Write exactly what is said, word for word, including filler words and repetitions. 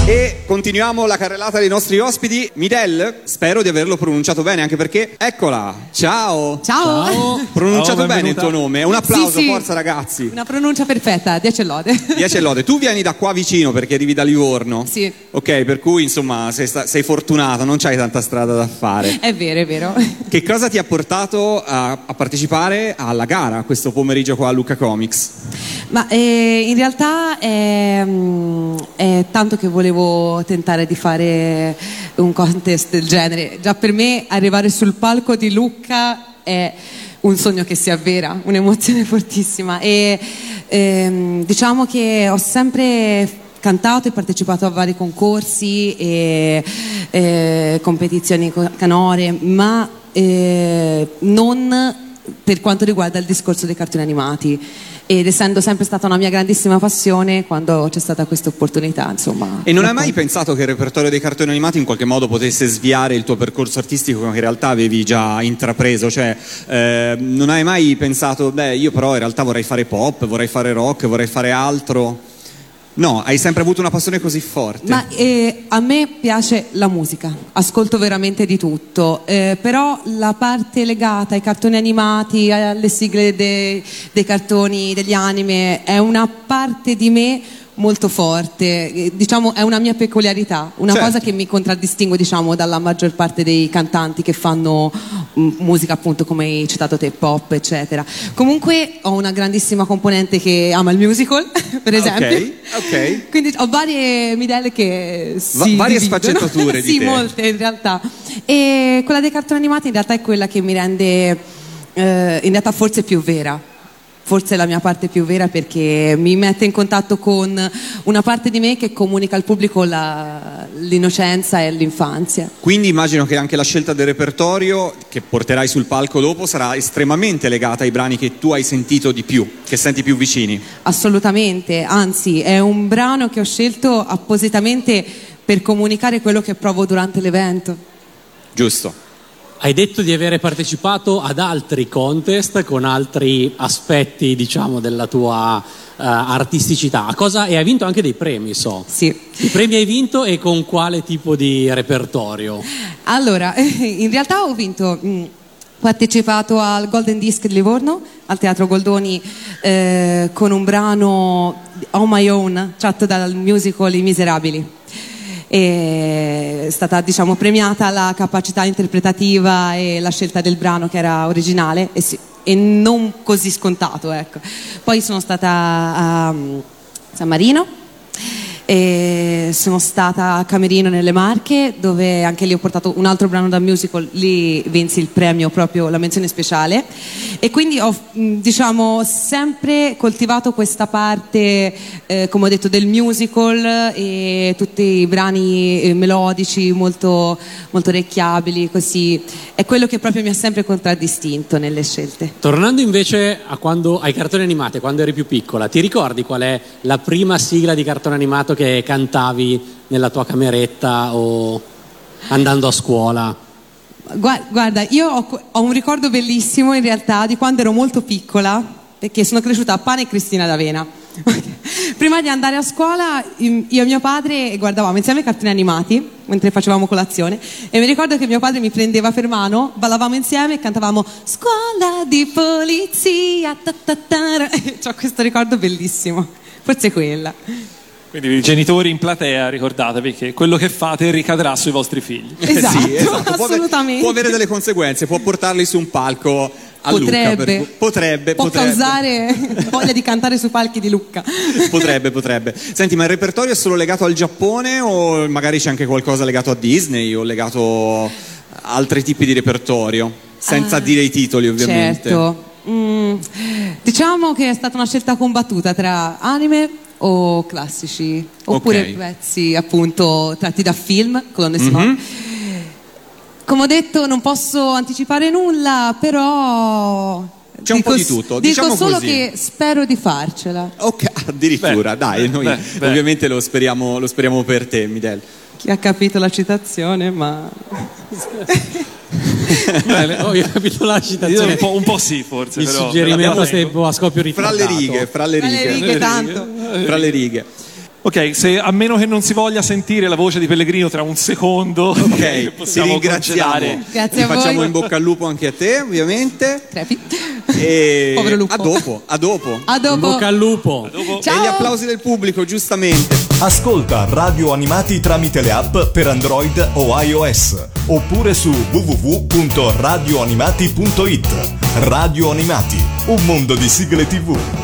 E continuiamo la carrellata dei nostri ospiti. Midel, spero di averlo pronunciato bene, anche perché, eccola, ciao. Ciao. Ciao. Pronunciato Ciao, bene il tuo nome. Un applauso, sì, sì. Forza ragazzi. Una pronuncia perfetta, dieci lode. dieci lode. Tu vieni da qua vicino perché arrivi da Livorno. Sì. Ok, per cui insomma sei, sta- sei fortunato, non c'hai tanta strada da fare. È vero, è vero. Che cosa ti ha portato a, a partecipare alla gara questo pomeriggio qua a Lucca Comics? Ma eh, in realtà è, mm, è tanto che volevo tentare di fare un contest del genere. Già per me arrivare sul palco di Lucca è un sogno che si avvera, un'emozione fortissima. E ehm, diciamo che ho sempre cantato e partecipato a vari concorsi e eh, competizioni canore, ma eh, non per quanto riguarda il discorso dei cartoni animati. Ed essendo sempre stata una mia grandissima passione, quando c'è stata questa opportunità, insomma. E non hai mai pensato che il repertorio dei cartoni animati in qualche modo potesse sviare il tuo percorso artistico che in realtà avevi già intrapreso? Cioè, eh, non hai mai pensato, beh, io però in realtà vorrei fare pop, vorrei fare rock, vorrei fare altro? No, hai sempre avuto una passione così forte. Ma eh, a me piace la musica, ascolto veramente di tutto, eh, però la parte legata ai cartoni animati, alle sigle de- dei cartoni, degli anime, è una parte di me molto forte, eh, diciamo è una mia peculiarità, una Certo. cosa che mi contraddistingue, diciamo, dalla maggior parte dei cantanti che fanno mh, musica, appunto, come hai citato te, pop, eccetera. Comunque ho una grandissima componente che ama il musical, per esempio. Ok, ok. Quindi ho varie midelle che si Va- varie dividono. sfaccettature di sì, te. molte in realtà. E quella dei cartoni animati in realtà è quella che mi rende eh, in realtà forse più vera. Forse è la mia parte più vera, perché mi mette in contatto con una parte di me che comunica al pubblico la, l'innocenza e l'infanzia. Quindi immagino che anche la scelta del repertorio che porterai sul palco dopo sarà estremamente legata ai brani che tu hai sentito di più, che senti più vicini. Assolutamente, anzi è un brano che ho scelto appositamente per comunicare quello che provo durante l'evento. Giusto. Hai detto di avere partecipato ad altri contest con altri aspetti, diciamo, della tua uh, artisticità. A cosa, e hai vinto anche dei premi, so. Sì. I premi hai vinto e con quale tipo di repertorio? Allora, in realtà ho vinto, mh, partecipato al Golden Disc di Livorno, al Teatro Goldoni, eh, con un brano On My Own, tratto dal musical I Miserabili. È stata, diciamo, premiata la capacità interpretativa e la scelta del brano, che era originale e, sì, e non così scontato, ecco. Poi sono stata a San Marino e sono stata a Camerino nelle Marche, dove anche lì ho portato un altro brano da musical, lì vinsi il premio, proprio la menzione speciale, e quindi ho, diciamo, sempre coltivato questa parte, eh, come ho detto, del musical e tutti i brani eh, melodici molto, molto orecchiabili, così è quello che proprio mi ha sempre contraddistinto nelle scelte. Tornando invece a quando, ai cartoni animati, quando eri più piccola, ti ricordi qual è la prima sigla di cartone animato che cantavi nella tua cameretta o andando a scuola? Guarda, io ho, ho un ricordo bellissimo in realtà di quando ero molto piccola, perché sono cresciuta a pane e cristina d'avena. Prima di andare a scuola io e mio padre guardavamo insieme i cartoni animati mentre facevamo colazione, e mi ricordo che mio padre mi prendeva per mano, ballavamo insieme e cantavamo Scuola di polizia, ta ta ta. C'ho questo ricordo bellissimo, forse quella. Quindi i genitori in platea, ricordatevi che quello che fate ricadrà sui vostri figli. Esatto, sì, esatto. Può assolutamente. Può avere delle conseguenze, può portarli su un palco a potrebbe, Lucca. Per... Potrebbe, può potrebbe. causare voglia di cantare sui palchi di Lucca. Potrebbe, potrebbe. Senti, ma il repertorio è solo legato al Giappone o magari c'è anche qualcosa legato a Disney o legato a altri tipi di repertorio? Senza ah, dire i titoli, ovviamente. Certo. Mm, diciamo che è stata una scelta combattuta tra anime o classici, oppure okay. pezzi appunto tratti da film, colonne sonore. Mm-hmm. Come ho detto, non posso anticipare nulla, però c'è un dico, po' di tutto. Dico diciamo solo così. che spero di farcela. Ok, addirittura, beh, dai, noi beh, beh. ovviamente lo speriamo, lo speriamo per te, Midel. Chi ha capito la citazione, ma Beh, oh, io ho capito la citazione. Un po', un po' sì, forse. Il però, suggerimento però sempre a scoppio Fra ritardato. le righe, fra le righe. Fra le righe, tanto. Fra le righe. Ok, se a meno che non si voglia sentire la voce di Pellegrino tra un secondo, Ok, ti possiamo ringraziamo. concedere. Grazie Ti a facciamo voi. in bocca al lupo anche a te, ovviamente. Crepi. E Povero lupo. a dopo, a dopo. A dopo. In bocca al lupo. Ciao. E gli applausi del pubblico, giustamente. Ascolta Radio Animati tramite le app per Android o iOS oppure su w w w punto radio animati punto it. Radio Animati, un mondo di sigle tivù.